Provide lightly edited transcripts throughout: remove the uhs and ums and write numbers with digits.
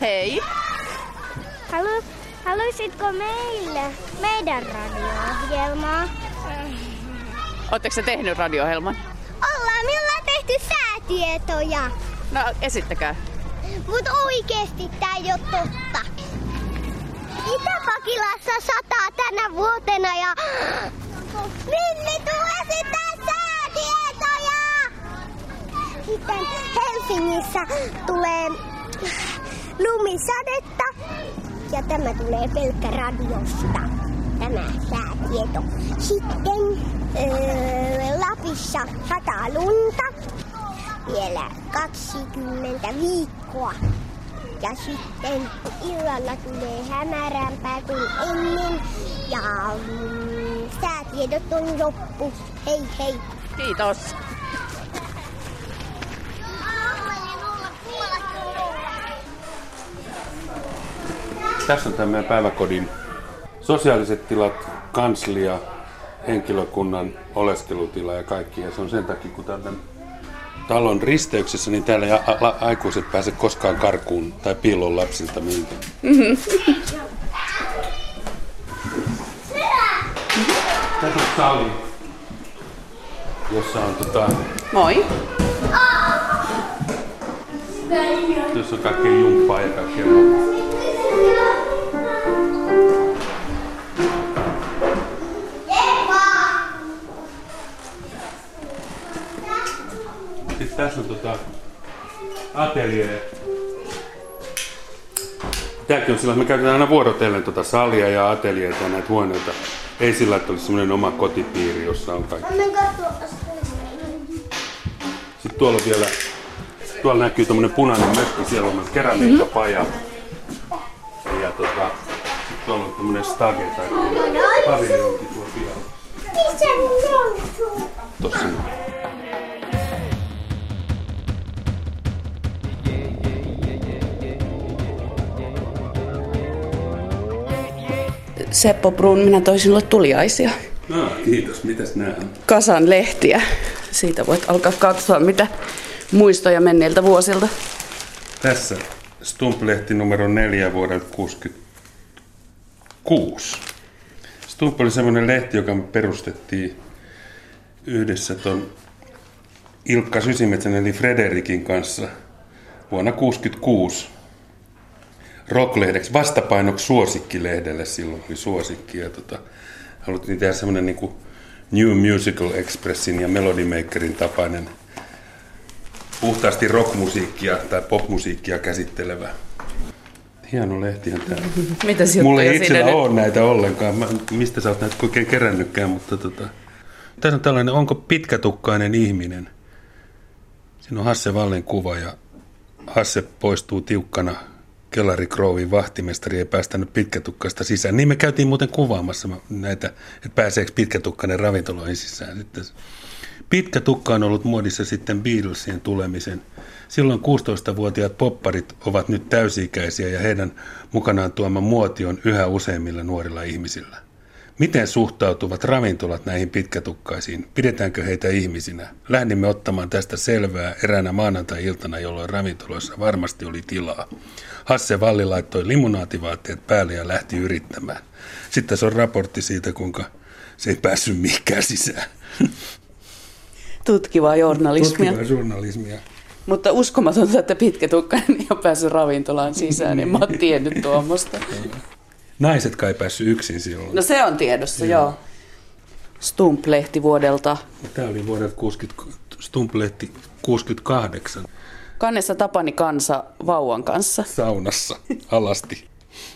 Hei. Haluaisitko meidän radio-ohjelmaa? Ootteko sä tehnyt radio-ohjelman? Ollaan, me ollaan tehty säätietoja. No, esittäkää. Mut oikeesti tää ei oo totta. Itä-Pakilassa sataa tänä vuotena ja Minni tulee esittää säätietoja! Sitten Helsingissä tulee lumisadetta ja tämä tulee pelkkä radiosta, tämä säätieto. Sitten Lapissa sataa lunta vielä 20 viikkoa. Ja sitten illalla tulee hämärämpää kuin ennen ja säätiedot on loppu. Hei hei! Kiitos! Tässä on tämä meidän päiväkodin sosiaaliset tilat, kanslia, henkilökunnan oleskelutila ja kaikki. Ja se on sen takia, kun tämän talon risteyksessä, niin täällä ei aikuiset pääse koskaan karkuun tai piiloon lapsilta mihinkään. Tässä on sali, jossa on Moi! Tässä on kaikkea jumppaa ja kaikkea muuta. Sitten tässä on atelier. Tämäkin on sillä, että me käytetään aina vuorotellen salia ja atelieita ja näitä huoneita. Ei sillä, että olisi semmoinen oma kotipiiri, jossa on kaikki. Sitten tuolla on vielä, tuolla näkyy tommonen punainen mökki, siellä on keramiikkapaja. Ja sitten tuolla on tommonen stage tai paviljonki tuolla pihalla. Tossa. Seppo Bruun, minä toin sinulle tuliaisia. No, kiitos. Mitäs nää on? Kasan lehtiä. Siitä voit alkaa katsoa, mitä muistoja menneiltä vuosilta. Tässä Stump-lehti numero 4 vuodelta 1966. Stump oli semmoinen lehti, joka me perustettiin yhdessä ton Ilkka Sysimetsän eli Frederikin kanssa vuonna 1966. Rocklehdeksi, vastapainoksi Suosikki-lehdelle silloin oli Suosikki. Ja haluttiin tehdä semmoinen niin kuin New Musical Expressin ja Melody Makerin tapainen puhtaasti rockmusiikkia tai popmusiikkia käsittelevä. Hieno lehtihän tämä. Mitäs mulla ei itsellä ole näitä ollenkaan. Mistä sä oot näitä oikein kerännytkään, mutta tässä on tällainen, onko pitkätukkainen ihminen. Siinä on Hasse Wallen kuva ja Hasse poistuu tiukkana. Kellarikrouvin vahtimestari ei päästänyt pitkätukkaista sisään. Niin me käytiin muuten kuvaamassa näitä, että pääseekö pitkätukkainen ravintoloihin sisään. Sitten pitkä tukka on ollut muodissa sitten Beatlesien tulemisen. Silloin 16-vuotiaat popparit ovat nyt täysi-ikäisiä ja heidän mukanaan tuoma muoti on yhä useimmilla nuorilla ihmisillä. Miten suhtautuvat ravintolat näihin pitkätukkaisiin? Pidetäänkö heitä ihmisinä? Lähdimme ottamaan tästä selvää eräänä maanantai-iltana, jolloin ravintoloissa varmasti oli tilaa. Hasse Walli laittoi limunaativaatteet päälle ja lähti yrittämään. Sitten tässä on raportti siitä, kuinka se ei päässyt mihinkään sisään. Tutkivaa journalismia. Mutta uskomatonta, että pitkätukkainen ei ole päässyt ravintolaan sisään, niin mä oon tiennyt tuommoista. Naiset kai päässyt yksin silloin. No se on tiedossa, joo. Stump-lehti vuodelta. Tämä oli vuodelta Stump-lehti 68. Kannessa Tapani Kansa vauvan kanssa. Saunassa alasti.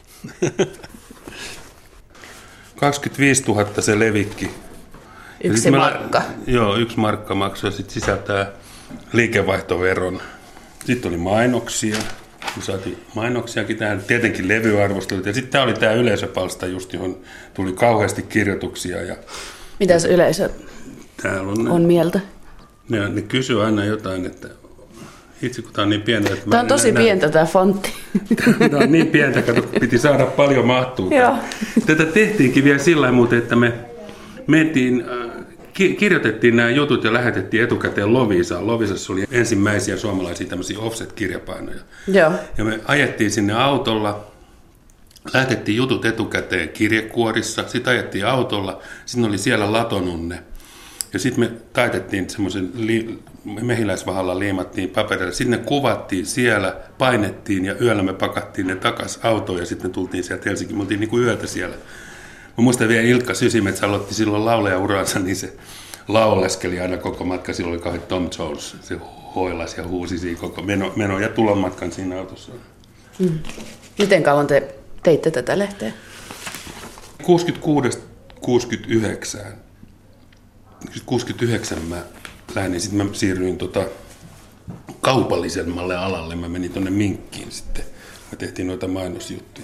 25 000 se levikki. Yksi markka. Joo, 1 markka maksoi. Sitten sisältää liikevaihtoveron. Sitten oli mainoksia. Me saatiin mainoksiakin tähän, tietenkin levyarvostelut. Ja sitten tämä oli tämä yleisöpalsta just, johon tuli kauheasti kirjoituksia. Ja mitäs yleisö on mieltä? Ne kysyy aina jotain, että itse kun tämä on niin pientä. Että tämä on tosi pientä tämä fontti. Tämä on niin pientä, että piti saada paljon mahtua. Tätä tehtiinkin vielä sillä muuten, että me mentiin kirjoitettiin nämä jutut ja lähetettiin etukäteen Loviisaan. Loviisassa oli ensimmäisiä suomalaisia tämmöisiä offset-kirjapainoja. Joo. Ja me ajettiin sinne autolla, lähetettiin jutut etukäteen kirjekuorissa, sitten ajettiin autolla, sitten oli siellä latonunne. Ja sitten me taitettiin semmoisen, mehiläisvahalla liimattiin paperille, sitten ne kuvattiin siellä, painettiin ja yöllä me pakattiin ne takaisin autoon ja sitten tultiin sieltä Helsinkiin. Me oltiin niin kuin yötä siellä. Mä muistan vielä Ilkka Sysimetsä aloitti silloin laulajauransa, niin se lauleskeli aina koko matka. Silloin oli kauhean Tom Jones, se hoilasi ja huusi siinä koko meno- ja tulonmatkan siinä autossa. Miten kauan te teitte tätä lehteä? 66-69. 69 mä lähdin, sitten mä siirryin kaupallisemmalle alalle. Mä menin tuonne Minkkiin sitten. Me tehtiin noita mainosjuttuja.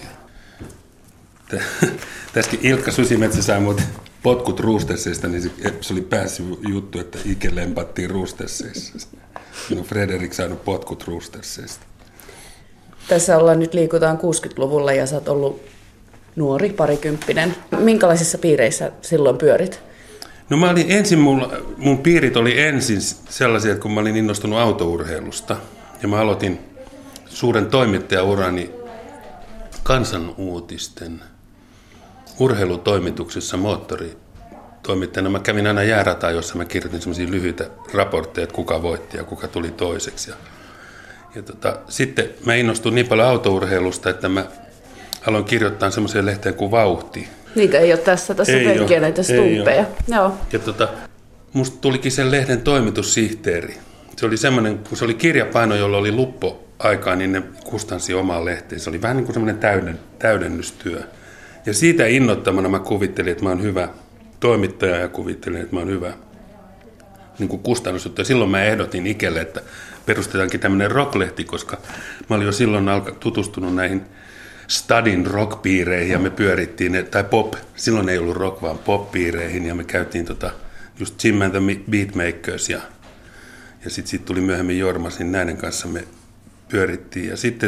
Tässäkin Ilkka Sysimetsä sai muuten potkut Roosтерsista, niin se oli päässyt juttu, että Ike lempattiin Roosтерsissa. Frederik saanut potkut Roosтерsista. Tässä nyt liikutaan 60-luvulla ja sä oot ollut nuori, parikymppinen. Minkälaisissa piireissä silloin pyörit? No mä olin ensin, mun piirit oli ensin sellaisia, että kun mä olin innostunut autourheilusta ja mä aloitin suuren toimittajaurani Kansan Uutisten urheilutoimituksessa moottoritoimittajana. Mä kävin aina jäärataa, jossa mä kirjoitin semmoisia lyhyitä raportteja, että kuka voitti ja kuka tuli toiseksi. Sitten mä innostuin niin paljon autourheilusta, että mä aloin kirjoittaa semmoiseen lehteen kuin Vauhti. Niitä ei ole tässä pelkkiä näitä stumppeja. Joo. Ja musta tulikin sen lehden toimitussihteeri. Se oli semmoinen, kun se oli kirjapaino, jolla oli luppoaikaa, niin ne kustansi omaan lehteen. Se oli vähän niin kuin semmoinen täydennystyö. Ja siitä innoittamana mä kuvittelin, että mä oon hyvä toimittaja ja kuvittelin, että mä oon hyvä niin kuin kustannusjuttu. Ja silloin mä ehdotin Ikelle, että perustetaankin tämmöinen rocklehti, koska mä olin jo silloin tutustunut näihin Stadin rockpiireihin ja me pyörittiin, tai pop, silloin ei ollut rock, vaan pop-piireihin ja me käytiin just Jim and the Beatmakers ja sitten siitä tuli myöhemmin Jormas, niin näiden kanssa me pyörittiin. Ja sitten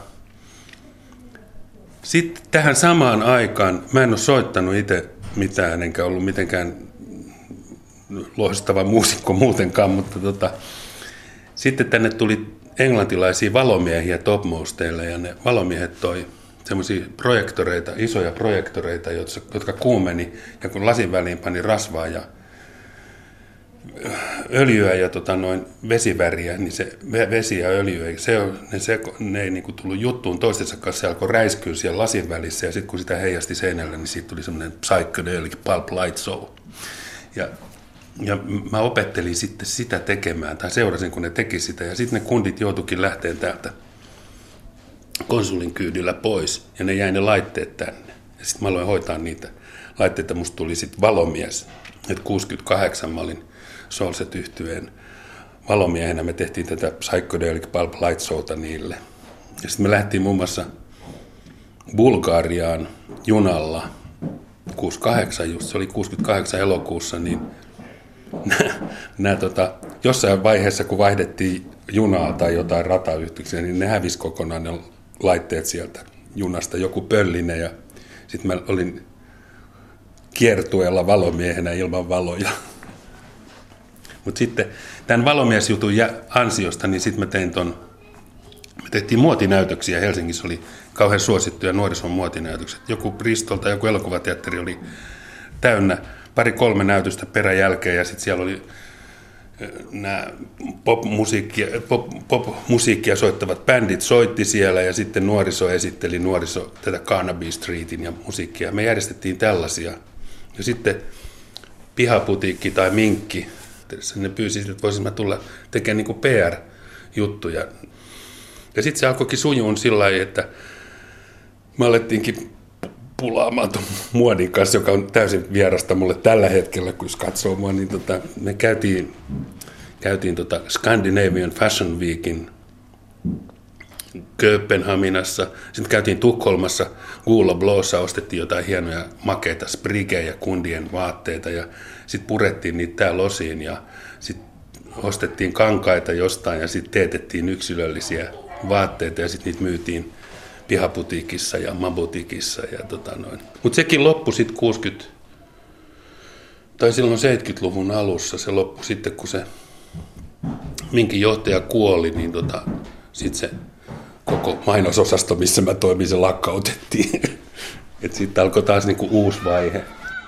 tähän samaan aikaan, mä en ole soittanut itse mitään, enkä ollut mitenkään loistava muusikko muutenkaan, mutta sitten tänne tuli englantilaisia valomiehiä Topmosteille ja ne valomiehet toi semmoisia projektoreita, isoja projektoreita, jotka kuumeni ja kun lasin väliin pani rasvaa ja öljyä ja vesiväriä, niin se vesi ja öljy, ne ei niin kuin tullut juttuun toistensa kanssa, se alkoi räiskyä siellä lasin välissä ja sitten kun sitä heijasti seinällä, niin siitä tuli semmoinen psychedelic pulp light show. Ja mä opettelin sitten sitä tekemään, tai seurasin kun ne teki sitä, ja sitten ne kundit joutuikin lähteen täältä konsulin kyydillä pois, ja ne jäi ne laitteet tänne. Ja sitten mä aloin hoitaa niitä laitteita, musta tuli sitten valomies. Et 68 mä olin Solset-yhtyeen valomiehenä, me tehtiin tätä Psychedelic Pulp Light Showta niille. Ja sitten me lähtiin muun muassa Bulgariaan junalla 68, just se oli 68 elokuussa, niin jossain vaiheessa, kun vaihdettiin junaa tai jotain ratayhtyksiä, niin ne hävisi kokonaan ne laitteet sieltä junasta, joku pöllinen, ja sitten mä olin kiertueella valomiehenä ilman valoja. Mutta sitten tämän valomiesjutun ansiosta, niin sitten me tehtiin muotinäytöksiä. Helsingissä oli kauhean suosittuja nuorison muotinäytökset. Joku Bristol tai joku elokuvateatteri oli täynnä 2-3 näytöstä peräjälkeen, ja sitten siellä oli nämä pop-musiikkia soittavat bändit soitti siellä, ja sitten nuoriso esitteli tätä Carnaby Streetin ja musiikkia. Me järjestettiin tällaisia. Ja sitten Pihaputiikki tai Minkki, ne pyysi, että voisin mä tulla tekemään niin kuin PR-juttuja. Ja sitten se alkoikin sujuun sillä lailla, että me alettiinkin pulaamaan tuon muodin kanssa, joka on täysin vierasta mulle tällä hetkellä, kun katsoo mua, niin me käytiin Scandinavian Fashion Weekin Kööpenhaminassa, sitten käytiin Tukholmassa, Gula Blåssa, ostettiin jotain hienoja makeita, sprigejä, kundien vaatteita ja sitten purettiin niitä täällä osiin ja sitten ostettiin kankaita jostain ja sitten teetettiin yksilöllisiä vaatteita ja sitten niitä myytiin Pihaputiikissa ja Mabutikissa. Mutta sekin loppui sitten tai silloin 70-luvun alussa se loppui sitten, kun se minkin johtaja kuoli, niin sitten se koko mainososasto, missä mä toimin, se lakkautettiin. Että sitten alkoi taas niinku uusi vaihe.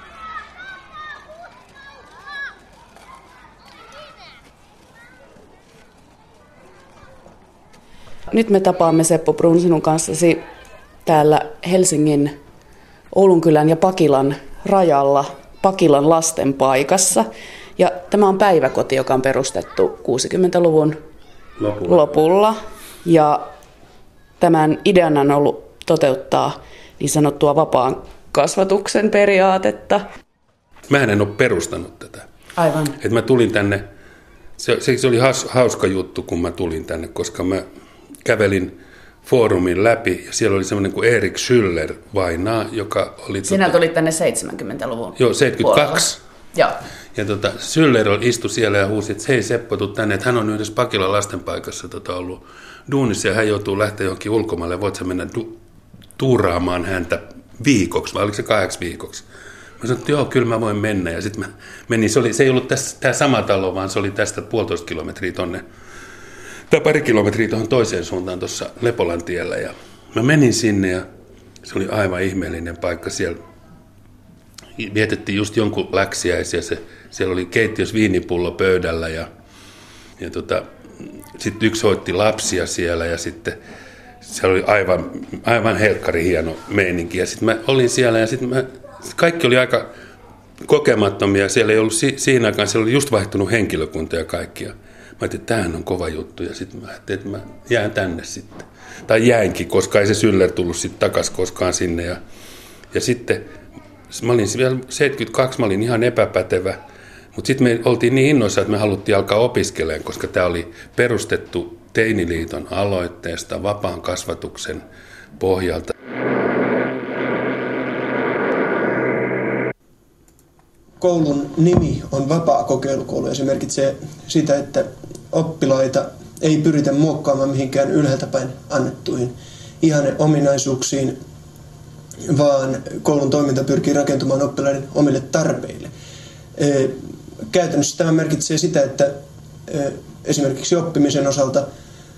Nyt me tapaamme Seppo Bruun sinun kanssasi täällä Helsingin Oulunkylän ja Pakilan rajalla, Pakilan lasten paikassa. Ja tämä on päiväkoti, joka on perustettu 60-luvun lopulla. Ja tämän ideana on ollut toteuttaa niin sanottua vapaan kasvatuksen periaatetta. Mä en ole perustanut tätä. Aivan. Et mä tulin tänne, se oli hauska juttu, kun mä tulin tänne, koska mä kävelin foorumin läpi ja siellä oli semmoinen kuin Erik Schüller vainaa, joka oli... Sinä tulit tänne 70-luvun. Joo, 72. Joo. Ja Schüller istui siellä ja huusi, että hei Seppo, tuu tänne, että hän on yhdessä Pakilan lastenpaikassa ollut duunissa ja hän joutuu lähteä johonkin ulkomaille, voit sä mennä tuuraamaan häntä viikoksi, vai oliko se 8 viikoksi? Mä sanoin, että joo, kyllä mä voin mennä. Ja sitten mä menin, se ei ollut tämä sama talo, vaan se oli tästä 1,5 kilometriä tonne, tai 2 kilometriä tuohon toiseen suuntaan tuossa Lepolan tiellä. Ja mä menin sinne ja se oli aivan ihmeellinen paikka. Siellä vietettiin just jonkun läksiäisiä, siellä oli keittiössä viinipullo pöydällä ja sitten yksi hoitti lapsia siellä ja sitten siellä oli aivan helkkari hieno meininki. Ja sitten mä olin siellä ja sitten kaikki oli aika kokemattomia. Siellä ei ollut siinä aikaan, siellä oli just vaihtunut henkilökunta ja kaikkia. Mä ajattelin, että tämähän on kova juttu ja sitten mä ajattelin, että mä jään tänne sitten. Tai jäinkin, koska ei se Schüller tullut sitten takaisin koskaan sinne. Ja sitten mä olin vielä 72, mä olin ihan epäpätevä. Mutta sitten me oltiin niin innoissa, että me haluttiin alkaa opiskelemaan, koska tämä oli perustettu Teiniliiton aloitteesta vapaan kasvatuksen pohjalta. Koulun nimi on Vapaa kokeilukoulu ja se merkitsee sitä, että oppilaita ei pyritä muokkaamaan mihinkään ylhäältä päin annettuihin ihanne-ominaisuuksiin, vaan koulun toiminta pyrkii rakentumaan oppilaiden omille tarpeille. Käytännössä tämä merkitsee sitä, että esimerkiksi oppimisen osalta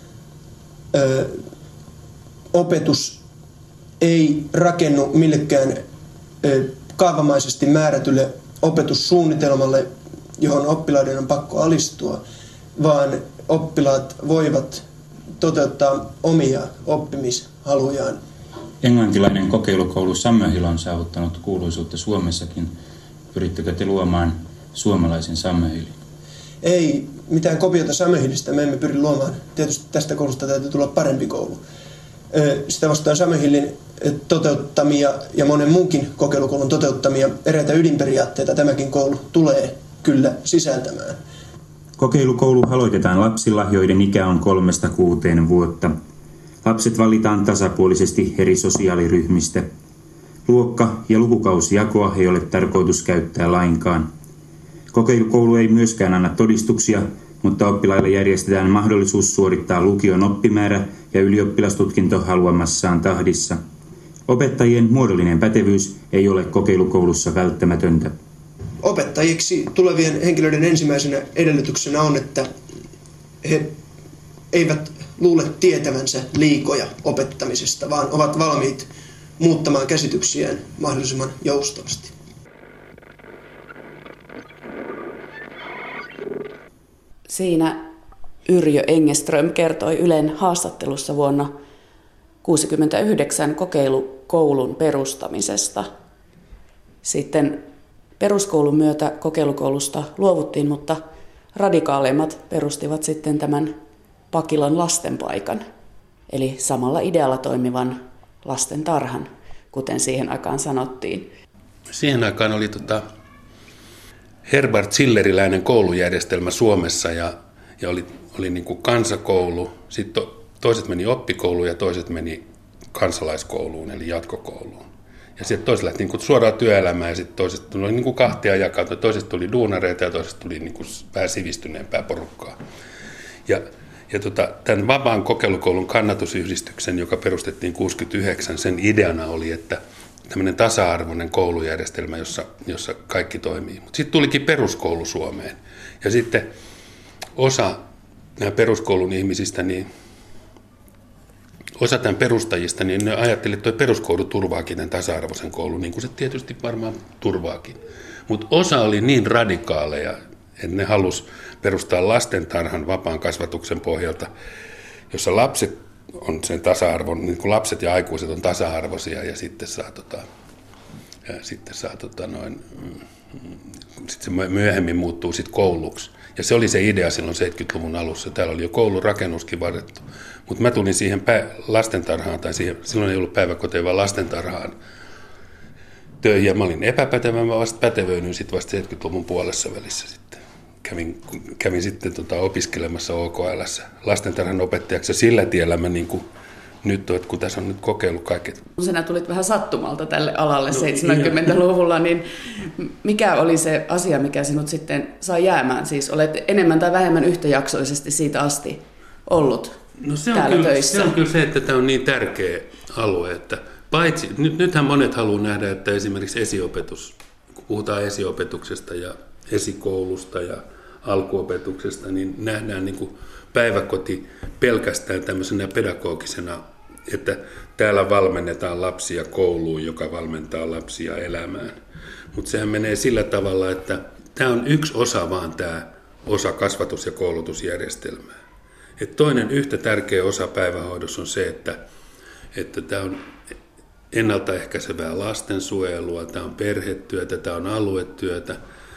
opetus ei rakennu millekään kaavamaisesti määrätylle opetussuunnitelmalle, johon oppilaiden on pakko alistua, vaan oppilaat voivat toteuttaa omia oppimishalujaan. Englantilainen kokeilukoulu Summerhill on saavuttanut kuuluisuutta Suomessakin. Pyrittekö te luomaan suomalaisen Summerhillin? Ei mitään kopiota Summerhillistä me emme pyri luomaan. Tietysti tästä koulusta täytyy tulla parempi koulu. Sitä vastaan Summerhillin toteuttamia ja monen muunkin kokeilukoulun toteuttamia eräitä ydinperiaatteita tämäkin koulu tulee kyllä sisältämään. Kokeilukoulu aloitetaan lapsilla, joiden ikä on 3–6 vuotta. Lapset valitaan tasapuolisesti eri sosiaaliryhmistä. Luokka- ja lukukausjakoa ei ole tarkoitus käyttää lainkaan. Kokeilukoulu ei myöskään anna todistuksia, mutta oppilaille järjestetään mahdollisuus suorittaa lukion oppimäärä ja ylioppilastutkinto haluamassaan tahdissa. Opettajien muodollinen pätevyys ei ole kokeilukoulussa välttämätöntä. Opettajiksi tulevien henkilöiden ensimmäisenä edellytyksenä on, että he eivät luule tietävänsä liikoja opettamisesta, vaan ovat valmiit muuttamaan käsityksiään mahdollisimman joustavasti. Siinä Yrjö Engeström kertoi Ylen haastattelussa vuonna 1969 kokeilukoulun perustamisesta. Sitten peruskoulun myötä kokeilukoulusta luovuttiin, mutta radikaaleimmat perustivat sitten tämän Pakilan lastenpaikan, eli samalla idealla toimivan lastentarhan, kuten siihen aikaan sanottiin. Siihen aikaan oli Herbert Schilleriläinen koulujärjestelmä Suomessa ja oli niin kuin kansakoulu, sitten toiset meni oppikouluun ja toiset meni kansalaiskouluun eli jatkokouluun. Ja sitten toiset lähti niin kuin suoraan työelämään ja sitten toiset tuli niin kuin kahtia jakautua. Toiset tuli duunareita ja toiset tuli niin kuin vähän sivistyneempää porukkaa. Ja tämän vapaan kokeilukoulun kannatusyhdistyksen, joka perustettiin 1969, sen ideana oli, että tämmöinen tasa-arvoinen koulujärjestelmä, jossa kaikki toimii. Mutta sitten tulikin peruskoulu Suomeen. Ja sitten osa nämä peruskoulun ihmisistä, niin osa tämän perustajista, niin ne ajatteli, että tuo peruskoulu turvaakin tämän tasa-arvoisen koulun, niin kuin se tietysti varmaan turvaakin. Mutta osa oli niin radikaaleja, että ne halusi perustaa lastentarhan vapaan kasvatuksen pohjalta, jossa lapset on sen tasa-arvon, niin kuin lapset ja aikuiset on tasa-arvoisia ja sitten se myöhemmin muuttuu sitten kouluksi. Ja se oli se idea silloin 70-luvun alussa. Täällä oli jo koulurakennuskin varrettu. Mutta mä tulin siihen lastentarhaan, tai silloin ei ollut päiväkoteja, vaan lastentarhaan töihin. Ja mä olin epäpätevä, mä vasta pätevöinyin sitten vasta 70-luvun puolessa välissä sitten. Kävin sitten opiskelemassa OKL:ssä lastentarhan opettajaksi, ja sillä tiellä mä niin kuin nyt, että kun tässä on nyt kokeillut kaikki. Sinä tulit vähän sattumalta tälle alalle 70-luvulla, niin mikä oli se asia, mikä sinut sitten sai jäämään? Siis olet enemmän tai vähemmän yhtäjaksoisesti siitä asti ollut täällä töissä. Se on kyllä se, että tämä on niin tärkeä alue, että paitsi, nythän monet haluaa nähdä, että esimerkiksi esiopetus, kun puhutaan esiopetuksesta ja esikoulusta ja alkuopetuksesta, niin nähdään niin kuin päiväkoti pelkästään tämmöisenä pedagogisena, että täällä valmennetaan lapsia kouluun, joka valmentaa lapsia elämään. Mutta sehän menee sillä tavalla, että tämä on yksi osa vaan tämä osa kasvatus- ja koulutusjärjestelmää. Et toinen yhtä tärkeä osa päivähoidossa on se, että tämä on ennaltaehkäisevää lastensuojelua, tämä on perhetyötä, tämä on aluetyötä.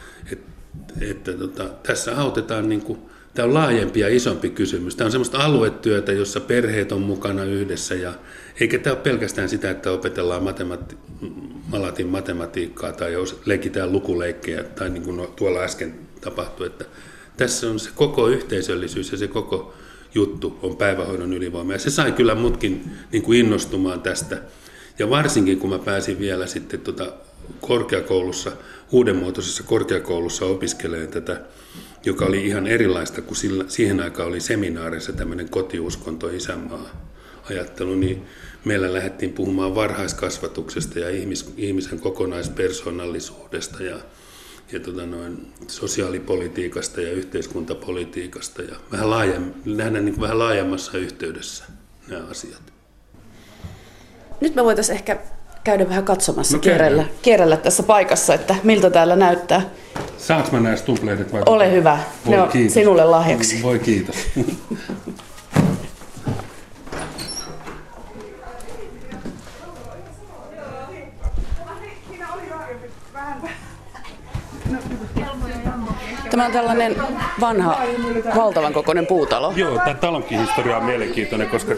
Tässä autetaan, niin kuin, tämä on laajempi ja isompi kysymys. Tämä on semmoista aluetyötä, jossa perheet on mukana yhdessä. Eikä tämä ole pelkästään sitä, että opetellaan malatin matematiikkaa tai leikitään lukuleikkejä tai niin kuin tuolla äsken tapahtui. Että tässä on se koko yhteisöllisyys ja se koko juttu on päivähoidon ylivoima. Ja se sai kyllä mutkin niin kuin innostumaan tästä. Ja varsinkin kun mä pääsin vielä sitten korkeakoulussa, uudenmuotoisessa korkeakoulussa opiskelemaan tätä, joka oli ihan erilaista kuin siihen aikaan oli seminaarissa tämmöinen kotiuskonto, isänmaa ajattelu, niin meillä lähdettiin puhumaan varhaiskasvatuksesta ja ihmisen kokonaispersonallisuudesta ja sosiaalipolitiikasta ja yhteiskuntapolitiikasta ja nähdään niin kuin vähän laajemmassa yhteydessä nämä asiat. Nyt me voitaisiin ehkä käydä vähän katsomassa, kierrellä tässä paikassa, että miltä täällä näyttää. Saanko mä nämä stubleidet vai? Ole hyvä, ne on kiitos. Sinulle lahjaksi. Voi kiitos. Tämä on tällainen vanha, valtavan kokoinen puutalo. Joo, tämä talonkin historia on mielenkiintoinen, koska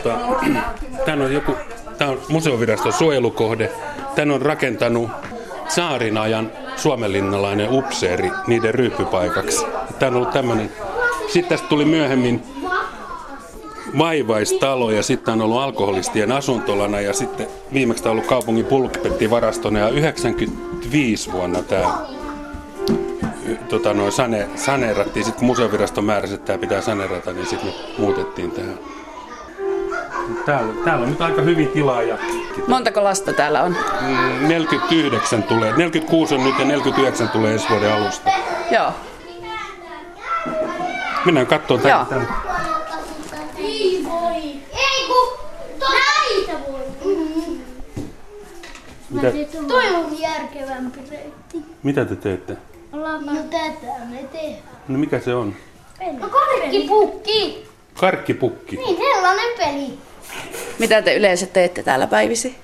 tämä on museoviraston suojelukohde. Tämän on rakentanut tsaarin ajan suomenlinnalainen upseeri niiden ryyppypaikaksi. Tämä on ollut tämmöinen. Sitten tästä tuli myöhemmin vaivaistalo ja sitten on ollut alkoholistien asuntolana ja sitten viimeksi tämä on ollut kaupungin pulpettivarastona ja 1995 vuonna tämä saneerattiin. Sitten kun museovirasto määräsi, että tämä pitää saneerata, niin sitten me muutettiin tähän. Täällä on nyt aika hyvin tilaa. Montako lasta täällä on? 49 tulee. 46 on nyt ja 49 tulee ensi vuoden alusta. Joo. Mennään katsomaan tänne. Ei voi. Ei kun näitä voi. Toi on järkevämpi reitti. Mitä te teette? No tätä me tehdään. No mikä se on? No karkkipukki. Karkkipukki? Niin, sellainen peli. Mitä te yleensä teette täällä päivisi?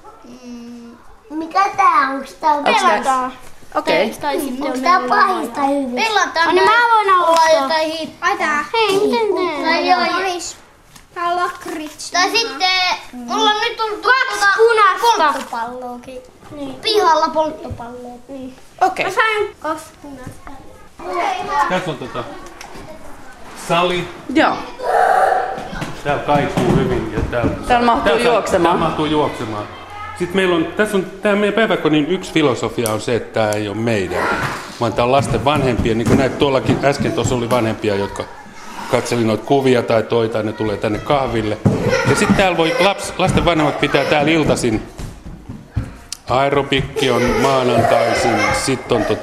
Mikä tää on? Pelataan. Okei. Onko tää pahista hyvin? Pelataan. Niin mä voin olla jotain hiippaa. Ai tää. Hei, miten tää? Tai joo. Tää on lakritsi. Tai sitten, mulla on nyt tullut 2 punaista polttopalloakin. Niin. Pihalla polttopalloa. Niin. Okei. Mä sain 2 punaista. Tässä on sali. Joo. Täällä kaikuu hyvin. Ja täällä mahtuu juoksemaan. Täällä mahtuu juoksemaan. Sitten meillä on, tämä meidän päiväkodin yksi filosofia on se, että tämä ei ole meidän, vaan tämä on lasten vanhempia. Niin kuin näet tuollakin, äsken tuossa oli vanhempia, jotka katseli noita kuvia tai ne tulee tänne kahville. Ja sitten täällä voi lasten vanhemmat pitää täällä iltaisin aerobikki on maanantaisin, sitten on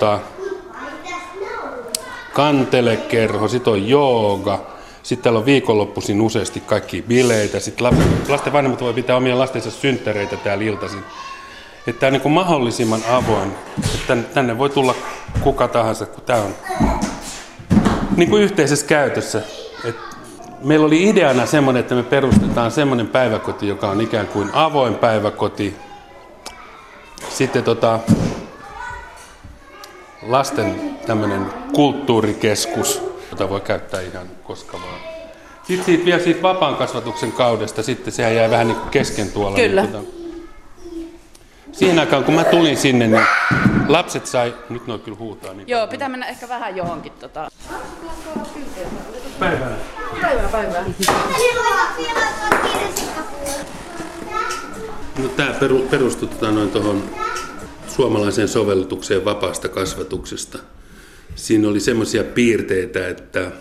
kantelekerho, sitten on jooga, sitten täällä on viikonloppuisin useasti kaikki bileitä, sitten lasten vanhemmat voi pitää omia lastensa synttäreitä täällä iltaisin. Että tämä on niin kuin mahdollisimman avoin, että tänne voi tulla kuka tahansa, kun tämä on niin kuin yhteisessä käytössä. Meillä oli ideana semmoinen, että me perustetaan semmoinen päiväkoti, joka on ikään kuin avoin päiväkoti. Sitten lasten tämmöinen kulttuurikeskus, jota voi käyttää ihan koska vaan. Sitten vielä siitä vapaan kasvatuksen kaudesta, sitten sehän jäi vähän niin kuin kesken tuolla. Kyllä. Siihen aikaan, kun mä tulin sinne, niin lapset sai, nyt ne on kyllä huutaa. Niin Joo, pitää mennä ehkä vähän johonkin. Päivää. Päivää. No, tämä perustui tuohon suomalaiseen sovellutukseen vapaasta kasvatuksesta. Siinä oli semmoisia piirteitä, että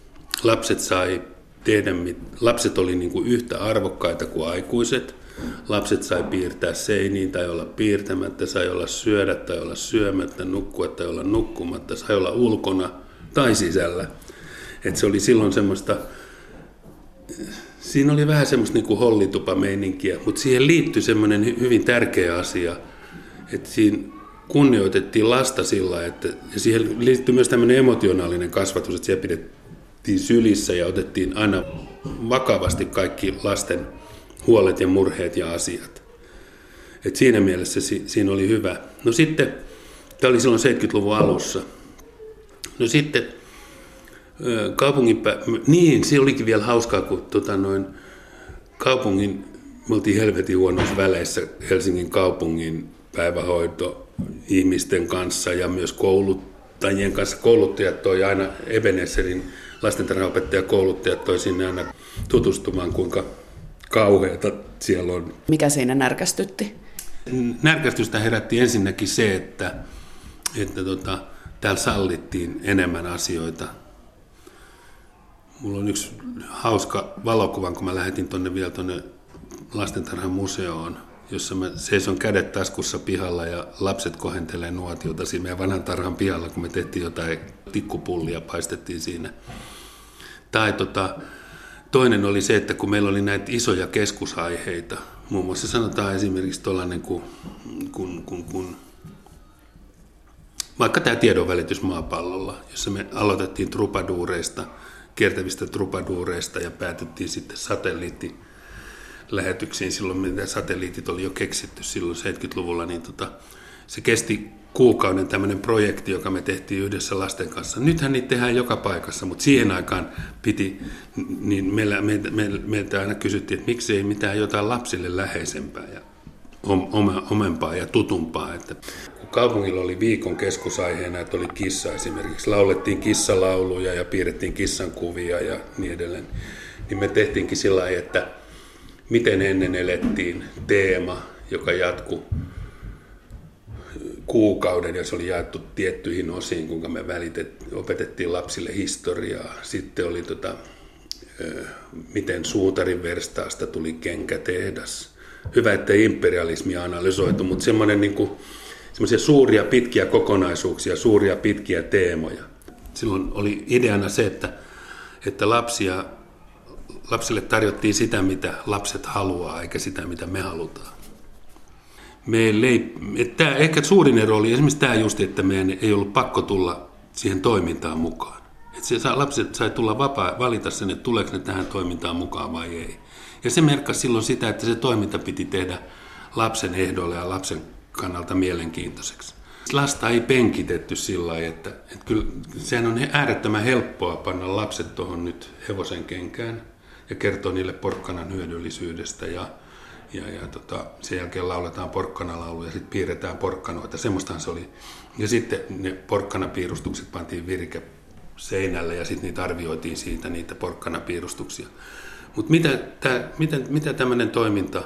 lapset oli niin kuin yhtä arvokkaita kuin aikuiset. Lapset sai piirtää seiniin tai olla piirtämättä, sai olla syödä tai olla syömättä, nukkua tai olla nukkumatta, sai olla ulkona tai sisällä. Et se oli silloin semmoista, siinä oli vähän semmoista niin kuin hollitupameininkiä, mutta siihen liittyi semmoinen hyvin tärkeä asia, että siinä kunnioitettiin lasta sillä, että ja siihen liittyi myös tämmöinen emotionaalinen kasvatus, että siellä pidettiin sylissä ja otettiin aina vakavasti kaikki lasten huolet ja murheet ja asiat. Et siinä mielessä siinä oli hyvä. No sitten, tämä oli silloin 70-luvun alussa. No sitten niin se olikin vielä hauskaa, kun me oltiin helvetin huonoissa väleissä Helsingin kaupungin päivähoito ihmisten kanssa ja myös kouluttajien kanssa. Kouluttajat toi aina Ebenezerin lastentarhaopettajakouluttajat toi sinne aina tutustumaan, kuinka kauheata siellä on. Mikä siinä närkästytti? Närkästystä herätti ensinnäkin se, että täällä sallittiin enemmän asioita. Mulla on yksi hauska valokuva, kun mä lähetin vielä tuonne lastentarhan museoon, jossa mä seison kädet taskussa pihalla ja lapset kohentelee nuotiota siinä meidän vanhan tarhan pihalla, kun me tehtiin jotain tikkupullia, paistettiin siinä. Tai toinen oli se, että kun meillä oli näitä isoja keskusaiheita, muun muassa sanotaan esimerkiksi tuollainen kun vaikka tämä tiedonvälitys maapallolla, jossa me aloitettiin kiertävistä trupaduureista ja päätyttiin sitten satelliittilähetyksiin. Silloin mitä satelliitit oli jo keksitty silloin 70-luvulla, niin se kesti kuukauden tämmöinen projekti, joka me tehtiin yhdessä lasten kanssa. Nythän niitä tehdään joka paikassa, mutta siihen aikaan niin meiltä aina kysyttiin, että miksi ei mitään jotain lapsille läheisempää ja omempaa ja tutumpaa. Että kun kaupungilla oli viikon keskusaiheena, että oli kissa esimerkiksi, laulettiin kissalauluja ja piirrettiin kissan kuvia ja niin edelleen, niin me tehtiinkin sillä lailla, että miten ennen elettiin teema, joka jatkui kuukauden ja se oli jaettu tiettyihin osiin, kuinka me opetettiin lapsille historiaa. Sitten oli miten suutarin verstaasta tuli kenkätehdas. Hyvä, ettei imperialismia analysoitu, mutta semmoisia suuria pitkiä kokonaisuuksia, suuria pitkiä teemoja. Silloin oli ideana se, että lapsille tarjottiin sitä, mitä lapset haluaa, eikä sitä, mitä me halutaan. Ehkä suurin ero oli esimerkiksi tämä just, että meidän ei ollut pakko tulla siihen toimintaan mukaan. Että lapset sai tulla valita sen, että tuleeko ne tähän toimintaan mukaan vai ei. Ja se merkkasi silloin sitä, että se toiminta piti tehdä lapsen ehdolle ja lapsen kannalta mielenkiintoiseksi. Lasta ei penkitetty sillä lailla, että kyllä sehän on äärettömän helppoa panna lapset tuohon nyt hevosen kenkään ja kertoa niille porkkanan hyödyllisyydestä ja sen jälkeen lauletaan porkkanalauluja ja sitten piirretään porkkanoita. Semmoistahan se oli. Ja sitten ne porkkanapiirustukset pantiin virkeseinälle ja sitten niitä arvioitiin siitä, niitä porkkanapiirustuksia. Mutta mitä tämmöinen toiminta,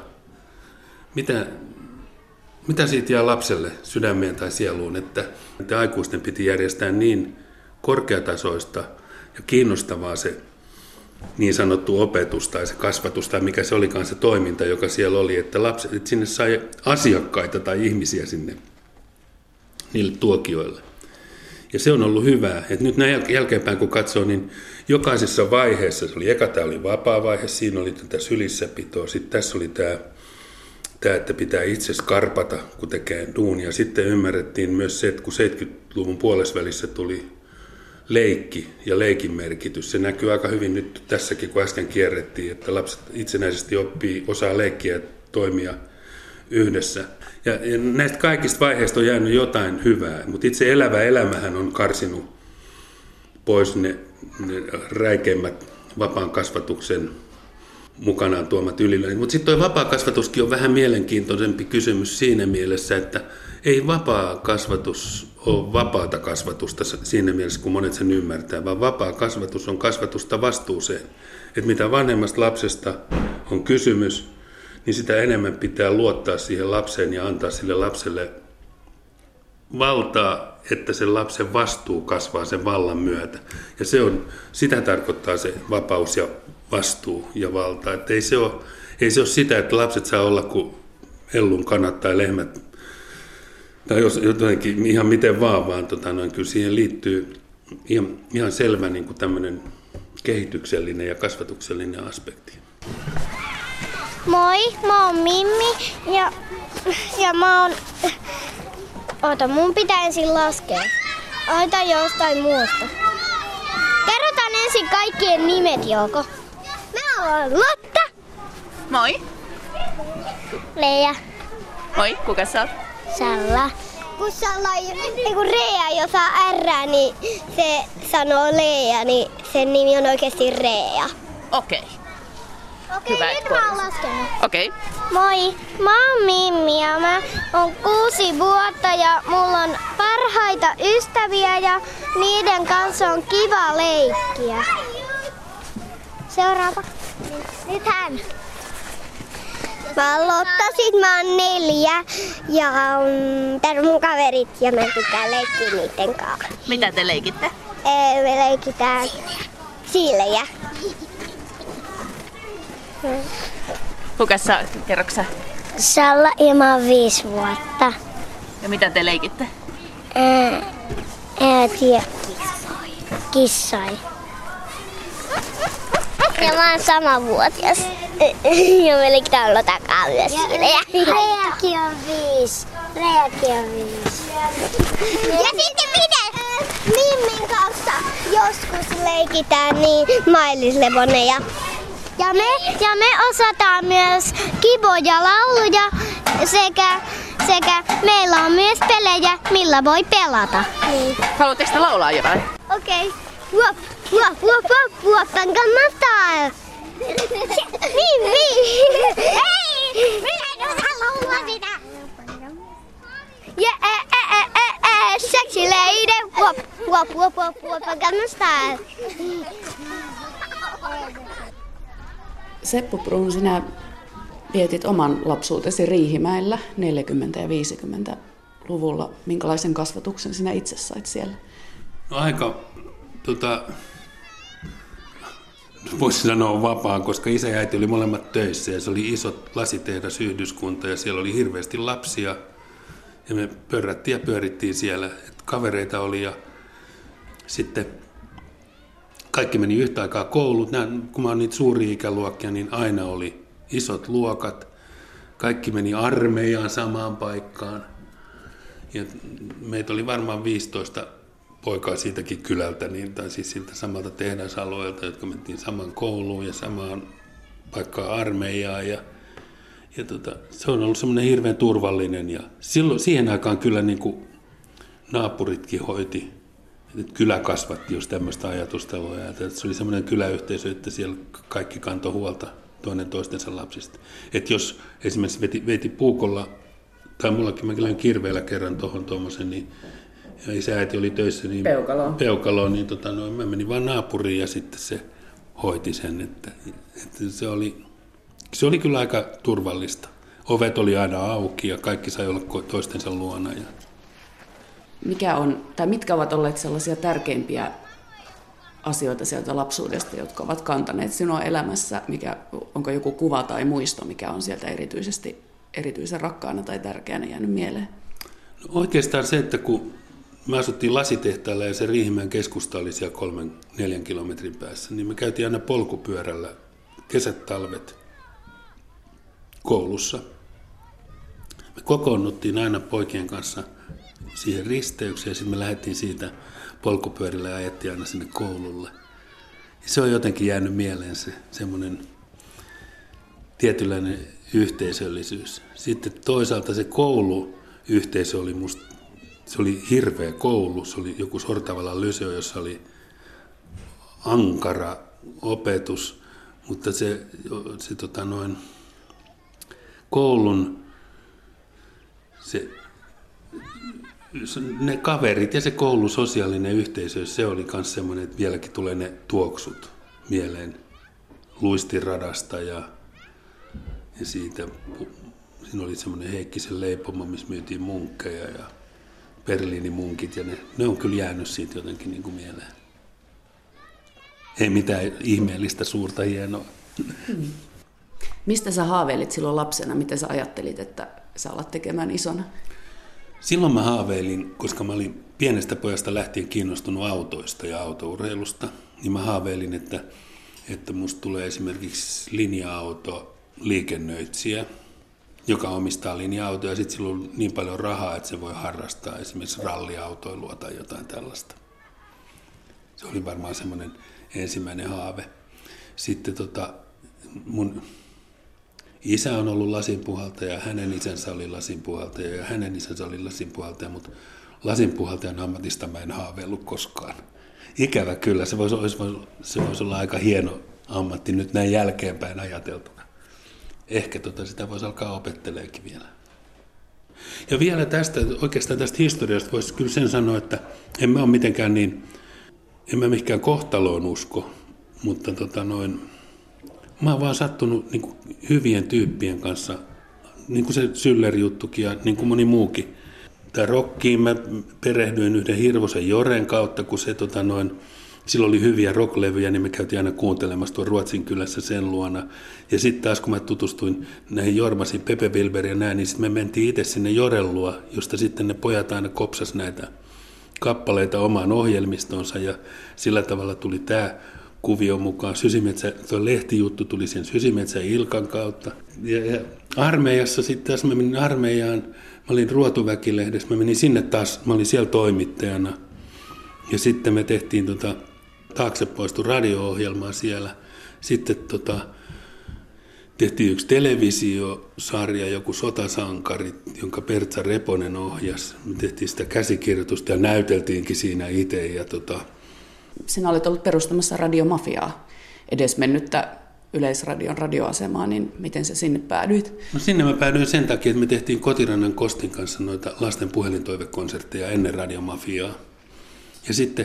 mitä siitä jää lapselle sydämeen tai sieluun, että aikuisten piti järjestää niin korkeatasoista ja kiinnostavaa se niin sanottu opetus tai se kasvatus tai mikä se olikaan se toiminta, joka siellä oli, että lapset, että sinne sai asiakkaita tai ihmisiä sinne niille tuokioille. Ja se on ollut hyvää. Että nyt näin jälkeenpäin kun katsoo, niin jokaisessa vaiheessa, tämä oli vapaa vaihe, siinä oli tätä sylissäpitoa, sitten tässä oli tämä, että pitää itse skarpata, kun tekee duunia. Sitten ymmärrettiin myös se, että kun 70-luvun puolesvälissä tuli leikki ja leikin merkitys, se näkyy aika hyvin nyt tässäkin, kun äsken kierrettiin, että lapset itsenäisesti osaa leikkiä ja toimia yhdessä. Ja näistä kaikista vaiheista on jäänyt jotain hyvää, mutta itse elävä elämähän on karsinut pois ne räikeimmät vapaan kasvatuksen mukanaan tuomat ylilöinnit. Mutta sitten tuo vapaa kasvatuskin on vähän mielenkiintoisempi kysymys siinä mielessä, että ei vapaa kasvatus ole vapaata kasvatusta siinä mielessä, kun monet sen ymmärtää, vaan vapaa kasvatus on kasvatusta vastuuseen. Että mitä vanhemmasta lapsesta on kysymys, niin sitä enemmän pitää luottaa siihen lapseen ja antaa sille lapselle valtaa, että sen lapsen vastuu kasvaa sen vallan myötä. Ja sitä tarkoittaa se vapaus ja vastuu ja valta. Että ei se ole sitä, että lapset saa olla kuin ellun kanat tai lehmät tai jotenkin ihan miten vaan kyllä siihen liittyy ihan selvä niin kuin tämmöinen kehityksellinen ja kasvatuksellinen aspekti. Moi, mä oon Mimmi ja mä oon... mun pitää ensin laskea. Aloita jostain muusta. Kerrotaan ensin kaikkien nimet, Jouko. Mä oon Lotta. Moi. Leija. Moi, kuka sä oot? Salla. Kun Rea jos saa R, niin se sanoo Leija, niin sen nimi on oikeasti Rea. Okei. Hyvä, nyt mä oon laskenut. Okei. Moi, mä oon Mimmi ja mä oon 6 vuotta ja mulla on parhaita ystäviä ja niiden kanssa on kiva leikkiä. Seuraava. Nyt hän. Mä oon Lotta, sit mä oon 4 ja täällä on mun kaverit ja mä pitää leikkiä niiden kanssa. Mitä te leikitte? Me leikitään siilejä. Kuka sä oot? Kerroks sä? Salla ja mä oon 5 vuotta. Ja mitä te leikitte? En tiedä. Kissai. Ja mä oon samanvuotias. Ja me leikitään Lotakaa myös siilejä. Reakin on 5. Ja sitten miten Mimmin kanssa joskus leikitään niin maillislevoneja. Ja me osataan myös kiboja, lauluja sekä meillä on myös pelejä, millä voi pelata. Niin. Haluatteko te laulaa jotain? Okei. Wuop, wuop, wuop, wuop, wuopan kannattaa. Mimmi! Hei! Minä en osaa laulua sitä. Sexy lady. Wuop, wuop, wuop, wuop, wuopan kannattaa. Seppo Bruun, sinä vietit oman lapsuutesi Riihimäellä 40- ja 50-luvulla. Minkälaisen kasvatuksen sinä itse sait siellä? No aika, voisi sanoa vapaan, koska isä ja äiti oli molemmat töissä ja se oli iso lasitehdasyhdyskunta ja siellä oli hirveästi lapsia. Ja me pörrättiin ja pyörittiin siellä, että kavereita oli ja sitten kaikki meni yhtä aikaa koulut. Kun mä oon niitä suuria ikäluokkia, niin aina oli isot luokat. Kaikki meni armeijaan samaan paikkaan. Ja meitä oli varmaan 15 poikaa siitäkin kylältä, tai siis siltä samalta tehdasalueelta, jotka mentiin saman kouluun ja samaan paikkaan armeijaan. Ja se on ollut semmoinen hirveän turvallinen. Ja silloin, siihen aikaan kyllä niin kuin naapuritkin hoiti. Että kylä kasvatti just tämmöistä ajatusta. Se oli semmoinen kyläyhteisö, että siellä kaikki kantoi huolta toinen toistensa lapsista. Että jos esimerkiksi veti puukolla, tai mullakin mä käyn kirveellä kerran tuommoisen, niin ja isä äiti oli töissä niin peukaloon niin mä menin vaan naapuriin ja sitten se hoiti sen. Että se oli kyllä aika turvallista. Ovet oli aina auki ja kaikki sai olla toistensa luona. Mitkä ovat olleet sellaisia tärkeimpiä asioita sieltä lapsuudesta, jotka ovat kantaneet sinua elämässä, onko joku kuva tai muisto, mikä on sieltä erityisen rakkaana tai tärkeänä jäänyt mieleen? No oikeastaan se, että kun me asuttiin Lasitehtaalla ja se Riihimäen keskusta oli siellä 3-4 kilometrin päässä, niin me käytiin aina polkupyörällä kesät, talvet koulussa. Me kokoonnuttiin aina poikien kanssa siihen risteykseen ja sitten me lähdettiin siitä polkupyörillä ja ajettiin aina sinne koululle. Ja se on jotenkin jäänyt mieleen se semmoinen tietynlainen yhteisöllisyys. Sitten toisaalta se kouluyhteisö oli musta, se oli hirveä koulu, se oli joku Sortavalan lyseo, jossa oli ankara opetus, mutta koulun ne kaverit ja se koulun sosiaalinen yhteisö, se oli myös semmoinen, että vieläkin tulee ne tuoksut mieleen luistinradasta ja siitä. Siinä oli semmoinen Heikkisen leipomo, missä myytiin munkkeja ja Berliinin munkit ja ne on kyllä jäänyt siitä jotenkin niin kuin mieleen. Ei mitään ihmeellistä, suurta, hienoa. Mistä sä haaveilit silloin lapsena? Miten sä ajattelit, että sä alat tekemään isona? Silloin mä haaveilin, koska mä olin pienestä pojasta lähtien kiinnostunut autoista ja autourheilusta, niin mä haaveilin, että musta tulee esimerkiksi linja-auto liikennöitsijä, joka omistaa linja-autoja, ja sitten sillä on niin paljon rahaa, että se voi harrastaa esimerkiksi ralliautoilua tai jotain tällaista. Se oli varmaan semmoinen ensimmäinen haave. Sitten mun isä on ollut lasinpuhaltaja, hänen isänsä oli lasinpuhaltaja ja hänen isänsä oli lasinpuhaltaja, mutta lasinpuhaltajan ammatista mä en haaveillut koskaan. Ikävä kyllä, se voisi olla aika hieno ammatti nyt näin jälkeenpäin ajateltuna. Ehkä sitä voisi alkaa opetteleekin vielä. Ja vielä oikeastaan tästä historiasta voisi kyllä sen sanoa, että en mä ole mitenkään en mä mihinkään kohtaloon usko, mutta mä oon vaan sattunut niin kuin hyvien tyyppien kanssa, niin kuin se Syller-juttukin ja niin kuin moni muukin. Tämä rockiin mä perehdyin yhden Hirvosen Joren kautta, kun se silloin oli hyviä rocklevyjä, niin me käytiin aina kuuntelemassa tuon Ruotsin kylässä sen luona. Ja sitten taas kun mä tutustuin näihin Jormasin, Pepe Wilber ja näin, niin sitten me mentiin itse sinne Joren luo, josta sitten ne pojat aina kopsas näitä kappaleita omaan ohjelmistonsa ja sillä tavalla tuli tämä kuvio mukaan. Tuo lehtijuttu tuli sen Sysimetsä Ilkan kautta. Ja armeijassa sitten taas mä menin armeijaan, mä olin Ruotuväkilehdessä, mä menin sinne taas, mä olin siellä toimittajana. Ja sitten me tehtiin Taakse poistu radio-ohjelmaa siellä. Sitten tehtiin yksi televisiosarja, joku Sotasankarit, jonka Pertsa Reponen ohjasi. Me tehtiin sitä käsikirjoitusta ja näyteltiinkin siinä itse. Ja Sinä olet ollut perustamassa radiomafiaa, edesmennyttä Yleisradion radioasemaa, niin miten sä sinne päädyit? No sinne mä päädyin sen takia, että me tehtiin Kotirannan Kostin kanssa noita lasten puhelintoivekonsertteja ennen radiomafiaa. Ja sitten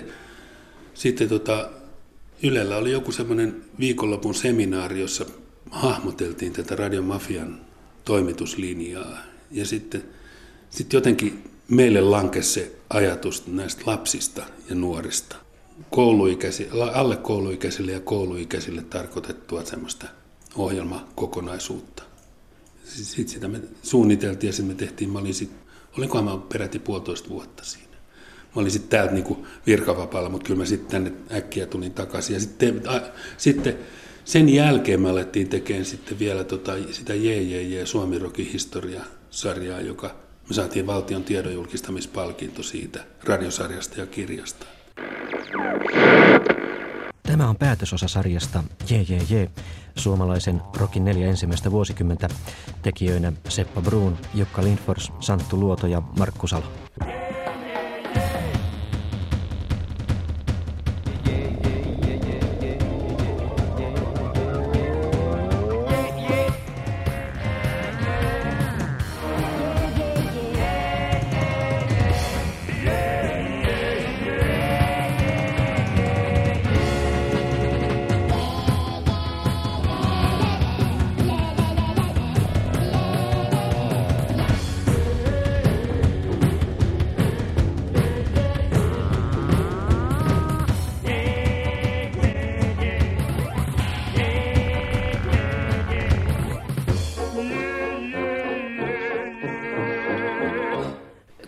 Ylellä oli joku semmoinen viikonlopun seminaari, jossa hahmoteltiin tätä radiomafian toimituslinjaa. Ja sitten jotenkin meille lankesi se ajatus näistä lapsista ja nuorista. Alle kouluikäisille ja kouluikäisille tarkoitettua semmoista ohjelmakokonaisuutta. Sitten sitä me suunniteltiin ja sitten me tehtiin, olinkohan mä peräti 1,5 vuotta siinä. Mä olin sitten täältä niinku virkavapaalla, mutta kyllä mä sitten tänne äkkiä tulin takaisin. Ja sitten sen jälkeen me alettiin tekemään sitten vielä sitä JJJ Suomi Rockin historiasarjaa, joka me saatiin valtion tiedonjulkistamispalkinto siitä radiosarjasta ja kirjasta. Tämä on päätösosa sarjasta JJJ, suomalaisen rockin 4 ensimmäistä vuosikymmentä, tekijöinä Seppo Bruun, Jukka Lindfors, Santtu Luoto ja Markku Salo.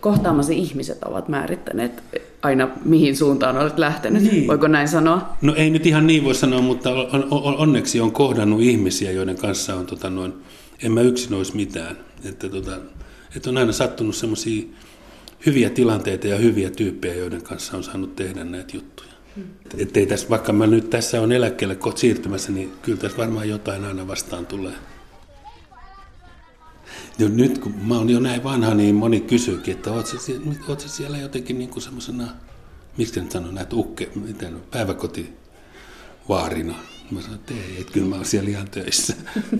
kohtaamasi ihmiset ovat määrittäneet aina mihin suuntaan olet lähtenyt. Niin. Voiko näin sanoa? No ei nyt ihan niin voi sanoa, mutta onneksi on kohdannut ihmisiä, joiden kanssa on, en mä yksin olisi mitään. Että on aina sattunut semmoisia hyviä tilanteita ja hyviä tyyppejä, joiden kanssa on saanut tehdä näitä juttuja. Että ei tässä, vaikka mä nyt tässä on eläkkeelle kohta siirtymässä, niin kyllä tässä varmaan jotain aina vastaan tulee. Ja nyt kun mä oon jo näin vanha, niin moni kysyykin, että oot sä siellä jotenkin niin kuin semmoisena, miksi nyt sanon, näitä päiväkotivaarina. Mä sanon, että ei, että kyllä mä oon siellä ihan töissä.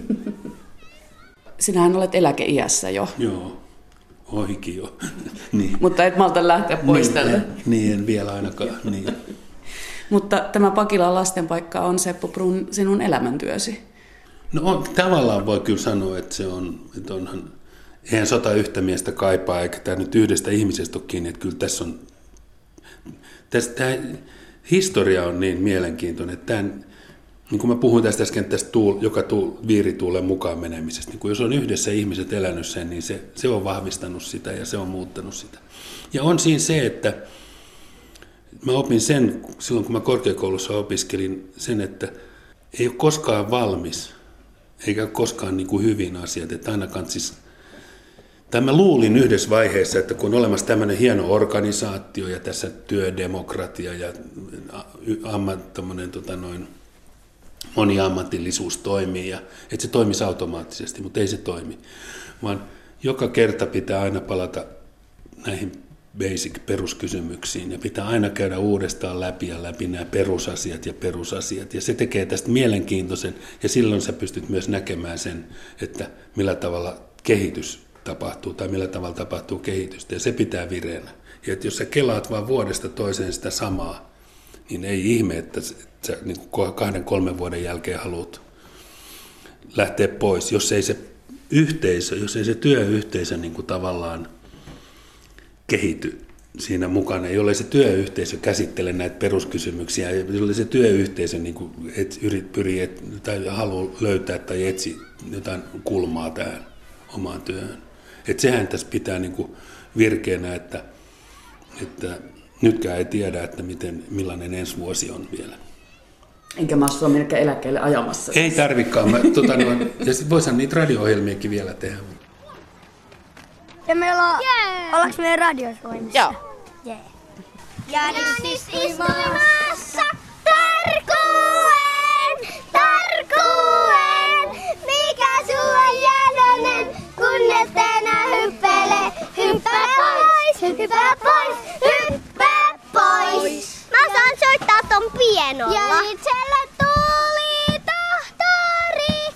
Sinähän olet eläkeiässä jo. Joo, ohikin jo. Niin. Mutta et malta lähteä pois tältä. Niin, en vielä ainakaan. Niin. Mutta tämä Pakilan lastenpaikka on, Seppo Bruun, sinun elämäntyösi. No tavallaan voi kyllä sanoa, että se on, että onhan, eihän sota yhtä miestä kaipaa, eikä tämä nyt yhdestä ihmisestä ole kiinni, että kyllä tässä on, tämä historia on niin mielenkiintoinen, että tämä, niin kuin mä puhuin tästä äsken, tästä viirituulen mukaan menemisestä, niin kun jos on yhdessä ihmiset elänyt sen, niin se on vahvistanut sitä ja se on muuttanut sitä. Ja on siinä se, että mä opin sen, silloin kun mä korkeakoulussa opiskelin, sen, että ei ole koskaan valmis, eikä ole koskaan niin kuin hyvin asiat, että ainakaan siis, tai mä luulin yhdessä vaiheessa, että kun on olemassa tämmöinen hieno organisaatio ja tässä työdemokratia ja moniammatillisuus toimii, ja että se toimisi automaattisesti, mutta ei se toimi, vaan joka kerta pitää aina palata näihin basic peruskysymyksiin ja pitää aina käydä uudestaan läpi nämä perusasiat, ja se tekee tästä mielenkiintoisen ja silloin sä pystyt myös näkemään sen, että millä tavalla kehitys tapahtuu tai millä tavalla tapahtuu kehitystä ja se pitää vireänä. Ja että jos sä kelaat vaan vuodesta toiseen sitä samaa, niin ei ihme, että sä niin 2-3 vuoden jälkeen haluat lähteä pois, jos ei se yhteisö, jos ei se työyhteisö niin kuin tavallaan kehity siinä mukana, jollei se työyhteisö käsittele näitä peruskysymyksiä, jollei se työyhteisö niin kuin tai haluaa löytää tai etsi jotain kulmaa tähän omaan työhön. Että sehän tässä pitää niin kuin virkeänä, että nytkään ei tiedä, että millainen ensi vuosi on vielä. Enkä mä sua minäkään eläkkeelle ajamassa. Ei tarvikaan. Ja sitten voisihan niitä radio-ohjelmiakin vielä tehdä. Ja meillä on... Ollaanko meidän radiosoinnissa? Joo. Yeah. Jänis istumassa tarkuen, mikä sulla on jäädönen, kunnes tänään hyppelee. Hyppää pois. Mä saan soittaa ton pienolla. Ja itsellä tuli tohtori.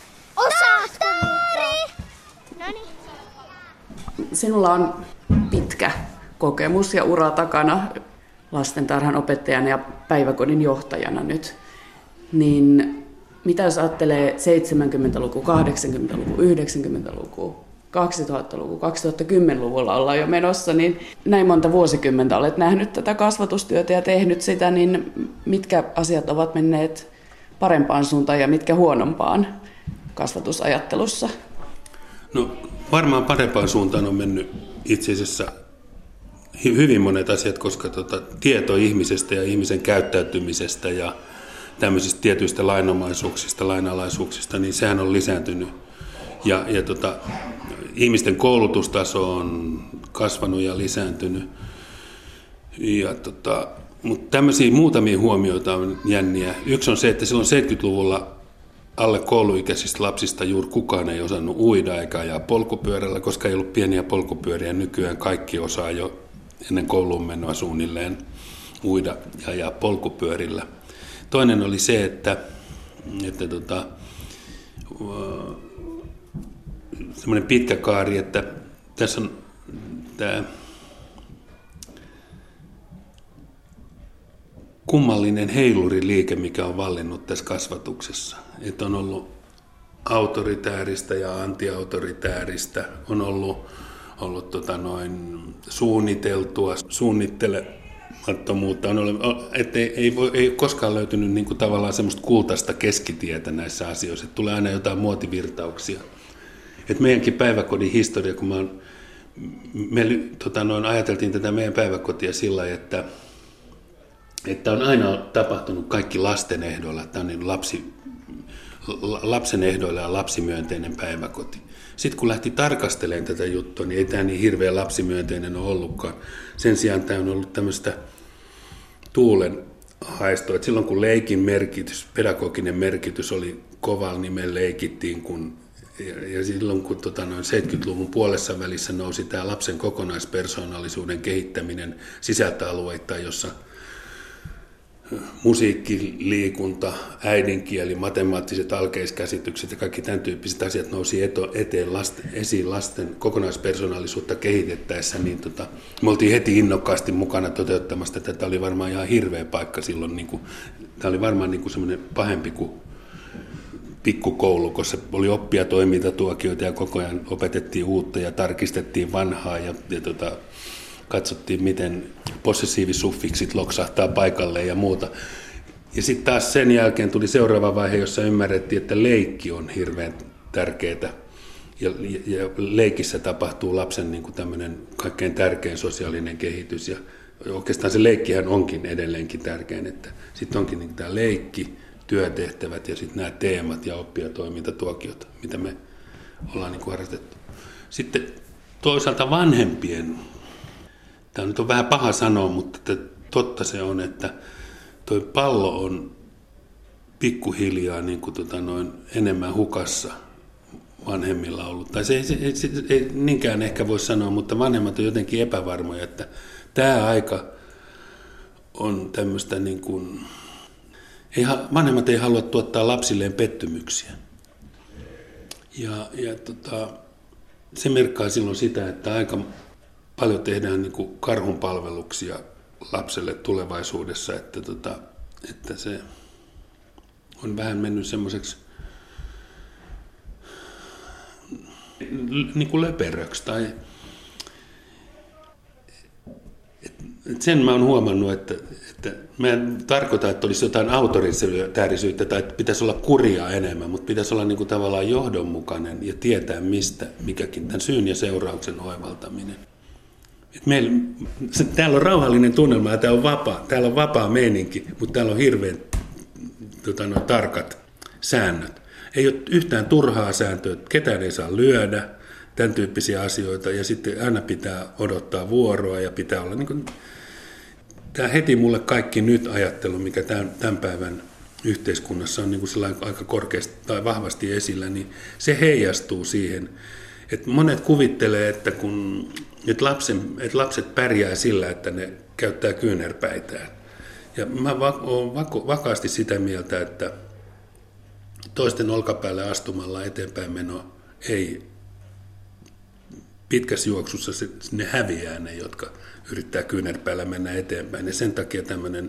Noniin. Sinulla on pitkä kokemus ja ura takana lastentarhan opettajana ja päiväkodin johtajana nyt. Niin mitä jos ajattelee 70-luku, 80-luku, 90-luku, 2000-luku, 2010-luvulla ollaan jo menossa, niin näin monta vuosikymmentä olet nähnyt tätä kasvatustyötä ja tehnyt sitä, niin mitkä asiat ovat menneet parempaan suuntaan ja mitkä huonompaan kasvatusajattelussa? No varmaan parempaan suuntaan on mennyt itse asiassa hyvin monet asiat, koska tieto ihmisestä ja ihmisen käyttäytymisestä ja tämmöisistä tietyistä lainomaisuuksista, lainalaisuuksista, niin sehän on lisääntynyt. Ja ihmisten koulutustaso on kasvanut ja lisääntynyt. Mutta tämmöisiä muutamia huomioita on jänniä. Yksi on se, että silloin 70-luvulla alle kouluikäisistä lapsista juuri kukaan ei osannut uida eikä ajaa polkupyörällä, koska ei ollut pieniä polkupyöriä. Nykyään kaikki osaa jo ennen kouluun menoa suunnilleen uida ja ajaa polkupyörillä. Toinen oli se, että semmoinen pitkä kaari, että tässä on tämä kummallinen heiluriliike, mikä on vallinnut tässä kasvatuksessa. Että on ollut autoritääristä ja antiautoritääristä, on ollut suunniteltua, suunnittelemattomuutta, että ei ole koskaan löytynyt niin kuin tavallaan semmoista kultaista keskitietä näissä asioissa, että tulee aina jotain muotivirtauksia. Että meidänkin päiväkodin historia, kun mä oon me ajateltiin tätä meidän päiväkotia sillä lailla, että on aina tapahtunut kaikki lasten ehdoilla. Tämä on niin lapsen ehdoilla ja lapsimyönteinen päiväkoti. Sitten kun lähti tarkastelemaan tätä juttua, niin ei tämä niin hirveän lapsimyönteinen ole ollutkaan. Sen sijaan tämä on ollut tämmöistä tuulen haistoa. Että silloin kun leikin merkitys, pedagoginen merkitys oli kovalla, niin me leikittiin. Ja silloin kun 70-luvun puolessa välissä nousi tämä lapsen kokonaispersoonallisuuden kehittäminen sisältöalueittain, jossa musiikki, liikunta, äidinkieli, matemaattiset alkeiskäsitykset ja kaikki tämän tyyppiset asiat nousi esiin lasten kokonaispersoonallisuutta kehitettäessä, niin me oltiin heti innokkaasti mukana toteuttamassa tätä. Tämä oli varmaan ihan hirveä paikka silloin. Tämä oli varmaan semmoinen pahempi kuin pikkukoulu, koska oli oppia toimintatuokioita ja koko ajan opetettiin uutta ja tarkistettiin vanhaa ja katsottiin, miten possessiivisuffiksit loksahtaa paikalle ja muuta. Ja sitten taas sen jälkeen tuli seuraava vaihe, jossa ymmärrettiin, että leikki on hirveän tärkeää. Ja leikissä tapahtuu lapsen tämmöinen kaikkein tärkein sosiaalinen kehitys. Ja oikeastaan se leikkihän onkin edelleenkin tärkein. Sitten onkin tämä leikki, työtehtävät ja sitten nämä teemat ja oppijatoimintatuokiot, mitä me ollaan harrastettu. Sitten toisaalta vanhempien, tämä nyt on vähän paha sanoa, mutta totta se on, että toi pallo on pikkuhiljaa enemmän hukassa vanhemmilla ollut. Tai se ei niinkään ehkä voi sanoa, mutta vanhemmat on jotenkin epävarmoja, että tämä aika on tämmöistä vanhemmat ei halua tuottaa lapsilleen pettymyksiä. Ja se merkkaa silloin sitä, että aika paljon tehdään karhunpalveluksia lapselle tulevaisuudessa, että se on vähän mennyt semmoiseksi löperöksi. Sen mä oon huomannut, että mä en tarkoita, että olisi jotain autoritäärisyyttä tai että pitäisi olla kuria enemmän, mutta pitäisi olla tavallaan johdonmukainen ja tietää, mistä mikäkin tämän syyn ja seurauksen oivaltaminen. Täällä on rauhallinen tunnelma ja täällä on vapaa meininki, mutta täällä on hirveän tarkat säännöt. Ei ole yhtään turhaa sääntöä, ketään ei saa lyödä, tämän tyyppisiä asioita, ja sitten aina pitää odottaa vuoroa ja pitää olla tämä heti mulle kaikki nyt ajattelu, mikä tämän päivän yhteiskunnassa on aika korkeasti tai vahvasti esillä, niin se heijastuu siihen, että monet kuvittelee, että lapset pärjää sillä, että ne käyttää kyynärpäitään. Ja mä olen vakaasti sitä mieltä, että toisten olkapäälle astumalla eteenpäin meno ei pitkässä juoksussa ne häviää ne, jotka yrittää kyynärpäällä mennä eteenpäin. Ja sen takia tämmöinen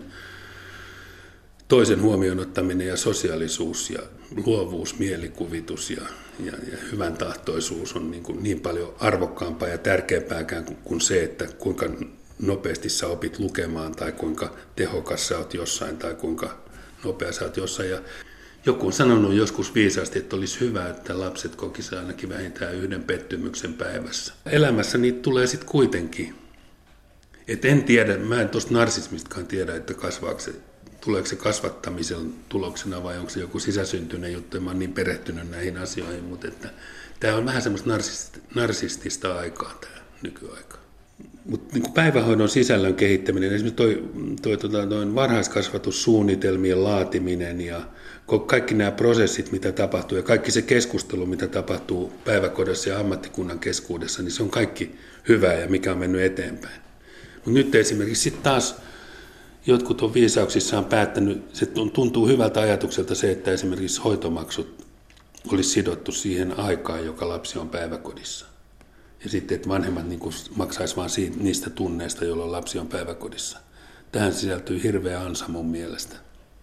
toisen huomioon ottaminen ja sosiaalisuus ja luovuus, mielikuvitus ja hyvän tahtoisuus on niin paljon arvokkaampaa ja tärkeämpääkään kuin se, että kuinka nopeasti sä opit lukemaan tai kuinka tehokas sä oot jossain tai kuinka nopea sä oot jossain. Ja joku on sanonut joskus viisaasti, että olisi hyvä, että lapset kokisivat ainakin vähintään yhden pettymyksen päivässä. Elämässä niitä tulee sitten kuitenkin. Et en tiedä, mä en tuosta narsismistakaan tiedä, että tuleeko se kasvattamisen tuloksena vai onko se joku sisäsyntyinen juttu. Mä oon niin perehtynyt näihin asioihin, mutta tämä on vähän semmoista narsistista aikaa tämä nykyaika. Mutta päivähoidon sisällön kehittäminen, esimerkiksi toi varhaiskasvatussuunnitelmien laatiminen ja kaikki nämä prosessit, mitä tapahtuu ja kaikki se keskustelu, mitä tapahtuu päiväkodissa ja ammattikunnan keskuudessa, niin se on kaikki hyvää ja mikä on mennyt eteenpäin. Mutta nyt esimerkiksi sitten taas jotkut on viisauksissaan päättänyt, se tuntuu hyvältä ajatukselta se, että esimerkiksi hoitomaksut olisi sidottu siihen aikaan, joka lapsi on päiväkodissa. Ja sitten, että vanhemmat maksaisi vain niistä tunneista, jolloin lapsi on päiväkodissa. Tähän sisältyy hirveä ansa mun mielestä.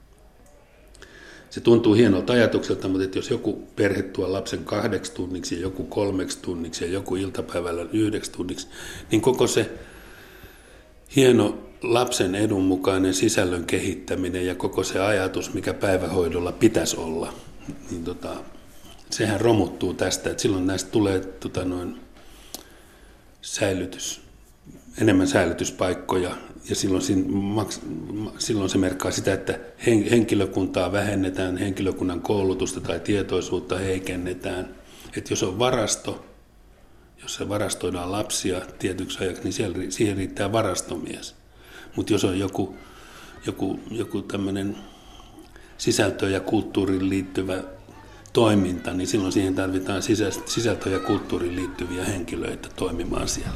Se tuntuu hienolta ajatukselta, mutta että jos joku perhe tuo lapsen 2 tunniksi ja joku 3 tunniksi ja joku iltapäivällä 9 tunniksi, niin koko se hieno lapsen edun mukainen sisällön kehittäminen ja koko se ajatus, mikä päivähoidolla pitäisi olla, niin sehän romuttuu tästä. Että silloin näistä tulee enemmän säilytyspaikkoja. Ja silloin se merkkaa sitä, että henkilökuntaa vähennetään, henkilökunnan koulutusta tai tietoisuutta heikennetään. Että jos on varasto, jossa varastoidaan lapsia tietyksi ajaksi, niin siihen riittää varastomies. Mutta jos on joku tämmöinen sisältöön ja kulttuuriin liittyvä toiminta, niin silloin siihen tarvitaan sisältöön ja kulttuuriin liittyviä henkilöitä toimimaan siellä.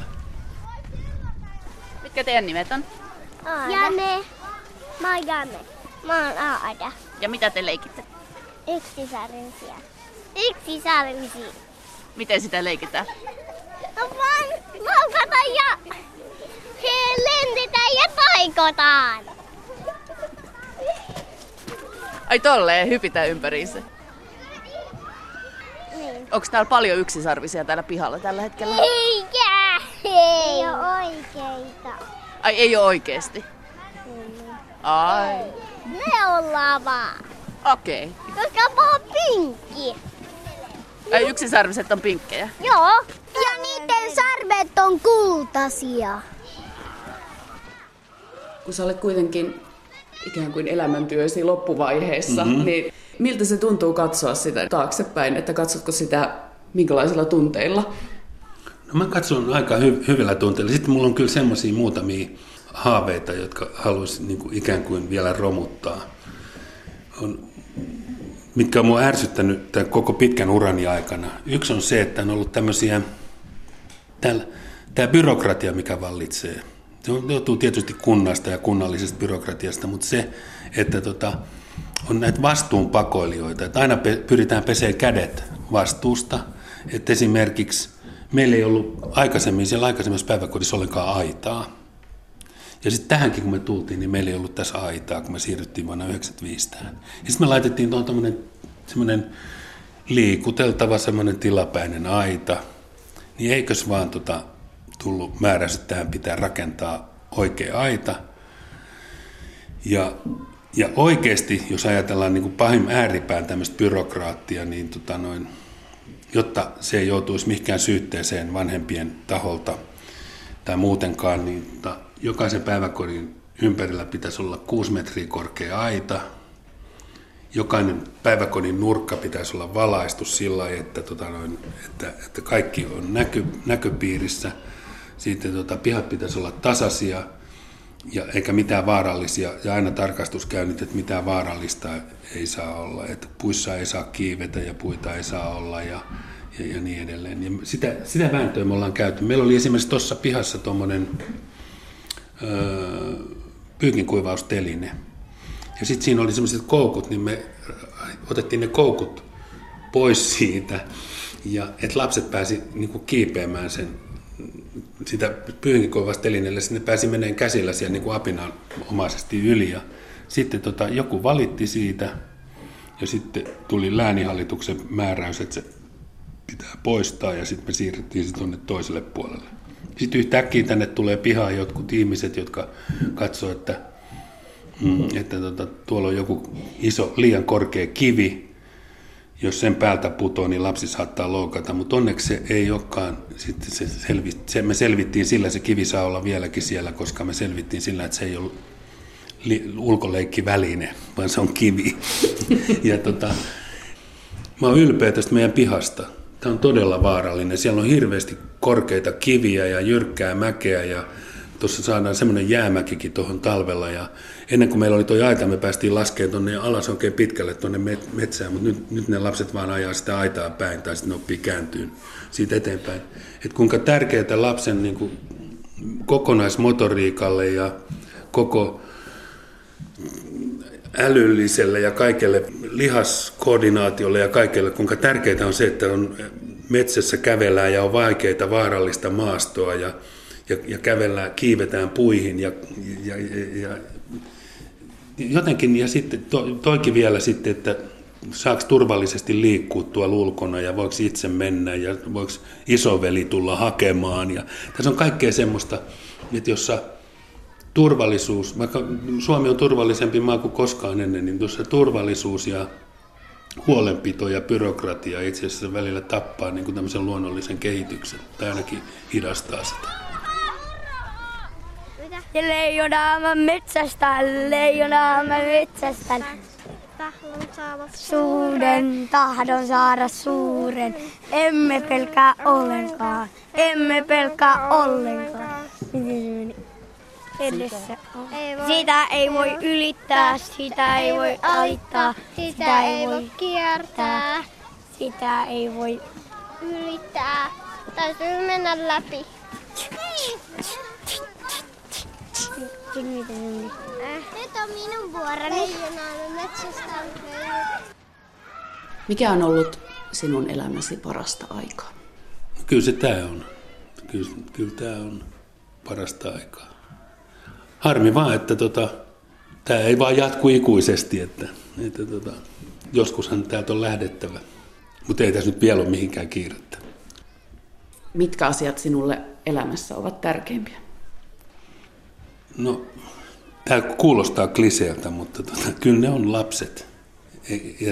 Mitkä teidän nimet on? Jane. Mä oon Jane. Mä oon Aada. Ja mitä te leikitte? Yksisarvisia. Miten sitä leikitään? No vaan laukataan ja lennetään ja taikotaan. Ai tolleen, hypitään ympäriinsä. Niin. Onko täällä paljon yksisarvisia täällä pihalla tällä hetkellä? Eikä! Ei oo oikeita. Ai ei oo oikeesti? Ai. Me ollaan vaan. Okei. Koska mä oon pinkki. Ai yksisarviset on pinkkejä? Joo. Ja niiden sarvet on kultaisia. Kun sä olet kuitenkin ikään kuin elämäntyösi loppuvaiheessa, niin miltä se tuntuu katsoa sitä taaksepäin, että katsotko sitä minkälaisilla tunteilla? No mä katson aika hyvillä tunteilla. Sitten mulla on kyllä semmoisia muutamia haaveita, jotka haluaisin niin kuin ikään kuin vielä romuttaa. Mitkä on mua ärsyttänyt tämän koko pitkän urani aikana. Yksi on se, että on ollut tämmöisiä, tämä byrokratia, mikä vallitsee. Se joutuu tietysti kunnasta ja kunnallisesta byrokratiasta, mutta se, että on näitä vastuunpakoilijoita, että aina pyritään pesee kädet vastuusta. Että esimerkiksi meillä ei ollut aikaisemmassa päiväkodissa ollenkaan aitaa. Ja sitten tähänkin, kun me tultiin, niin meillä ei ollut tässä aitaa, kun me siirryttiin vuonna 1995 tähän. Ja sitten me laitettiin tuohon semmoinen liikuteltava, semmoinen tilapäinen aita. Niin eikös vaan tullut määräys, että tähän pitää rakentaa oikea aita. Ja oikeasti, jos ajatellaan niin kuin pahin ääripään tämmöistä byrokraattia, niin jotta se ei joutuisi mihinkään syytteeseen vanhempien taholta tai muutenkaan, niin jokaisen päiväkodin ympärillä pitäisi olla 6 metriä korkea aita. Jokainen päiväkodin nurkka pitäisi olla valaistu sillä lailla, että kaikki on näköpiirissä. Sitten pihat pitäisi olla tasaisia eikä mitään vaarallisia. Ja aina tarkastuskäynnit, että mitään vaarallista ei saa olla. Että puissa ei saa kiivetä ja puita ei saa olla ja niin edelleen. Ja sitä vääntöä me ollaan käyty. Meillä oli esimerkiksi tuossa pihassa tuommoinen pyykinkuivausteline. Ja sitten siinä oli sellaiset koukut, niin me otettiin ne koukut pois siitä, ja että lapset pääsi niinku kiipeämään sitä pyykinkuivaustelineelle, sinne pääsi meneen käsillä siellä niinku apinanomaisesti yli. Ja sitten joku valitti siitä, ja sitten tuli lääninhallituksen määräys, että se pitää poistaa, ja sitten me siirrettiin se tuonne toiselle puolelle. Sitten yhtäkkiä tänne tulee pihaan jotkut ihmiset, jotka katsoo, että tuolla on joku iso, liian korkea kivi. Jos sen päältä putoo, niin lapsi saattaa loukata, mutta onneksi se ei olekaan. Sitten me selvittiin sillä, se kivi saa olla vieläkin siellä, koska me selvittiin sillä, että se ei ollut ulkoleikkiväline, vaan se on kivi. Ja mä oon ylpeä tästä meidän pihasta. Tämä on todella vaarallinen. Siellä on hirveästi korkeita kiviä ja jyrkkää mäkeä ja tuossa saadaan semmoinen jäämäkikin tuohon talvella. Ja ennen kuin meillä oli tuo aita, me päästiin laskemaan tuonne alas oikein pitkälle tuonne metsään, mutta nyt ne lapset vaan ajaa sitä aitaa päin tai sitten ne oppii kääntyyn siitä eteenpäin. Että kuinka tärkeää lapsen niin kuin kokonaismotoriikalle ja koko älylliselle ja kaikelle lihaskoordinaatiolle ja kaikelle, kuinka tärkeää on se, että on metsässä kävellään ja on vaikeita vaarallista maastoa ja kävellään, kiivetään puihin ja jotenkin, ja sitten toikin vielä sitten, että saako turvallisesti liikkua tuolla ulkona ja voiko itse mennä ja voiko isoveli tulla hakemaan. Ja tässä on kaikkea semmoista, että jossa turvallisuus, vaikka Suomi on turvallisempi maa kuin koskaan ennen, niin tuossa turvallisuus ja huolenpito ja byrokratia itse asiassa välillä tappaa niin kuin tämmöisen luonnollisen kehityksen, tai ainakin hidastaa sitä. Ja leijonaa mä metsästän, leijonaa mä metsästän. Tahdon saada suuren, emme pelkää ollenkaan, emme pelkää ollenkaan. Miten se meni? Edessä on. Sitä ei voi ylittää, sitä ei voi alittaa, sitä ei voi kiertää, sitä ei voi ylittää. Täytyy mennä läpi. Nyt on minun vuoroni. Mikä on ollut sinun elämäsi parasta aikaa? Kyllä se tämä on. Kyllä tämä on parasta aikaa. Harmi vaan, että tämä ei vaan jatku ikuisesti, että joskushan täältä on lähdettävä. Mutta ei tässä nyt vielä ole mihinkään kiirettä. Mitkä asiat sinulle elämässä ovat tärkeimpiä? No, tämä kuulostaa kliseeltä, mutta kyllä ne on lapset. Ja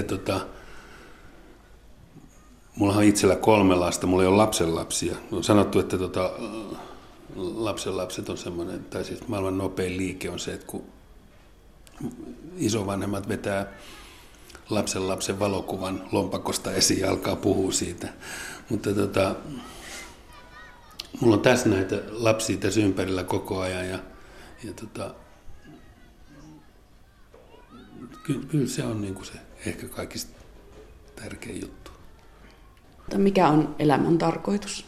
mulla on itsellä 3 lasta, mulla ei ole lapsenlapsia. On sanottu, että lapsenlapset on semmoinen, tai siis maailman nopein liike on se, että kun isovanhemmat vetää lapsen valokuvan lompakosta esiin ja alkaa puhua siitä. Mutta mulla on tässä näitä lapsia tässä ympärillä koko ajan ja kyllä se on niin kuin se ehkä kaikista tärkein juttu. Mikä on elämän tarkoitus?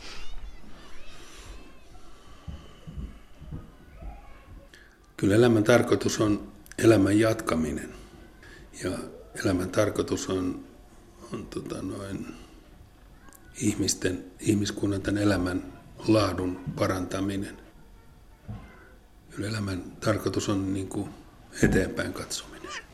Kyllä elämän tarkoitus on elämän jatkaminen ja elämän tarkoitus on ihmiskunnan tämän elämän laadun parantaminen. Kyllä elämän tarkoitus on niin kuin eteenpäin katsominen.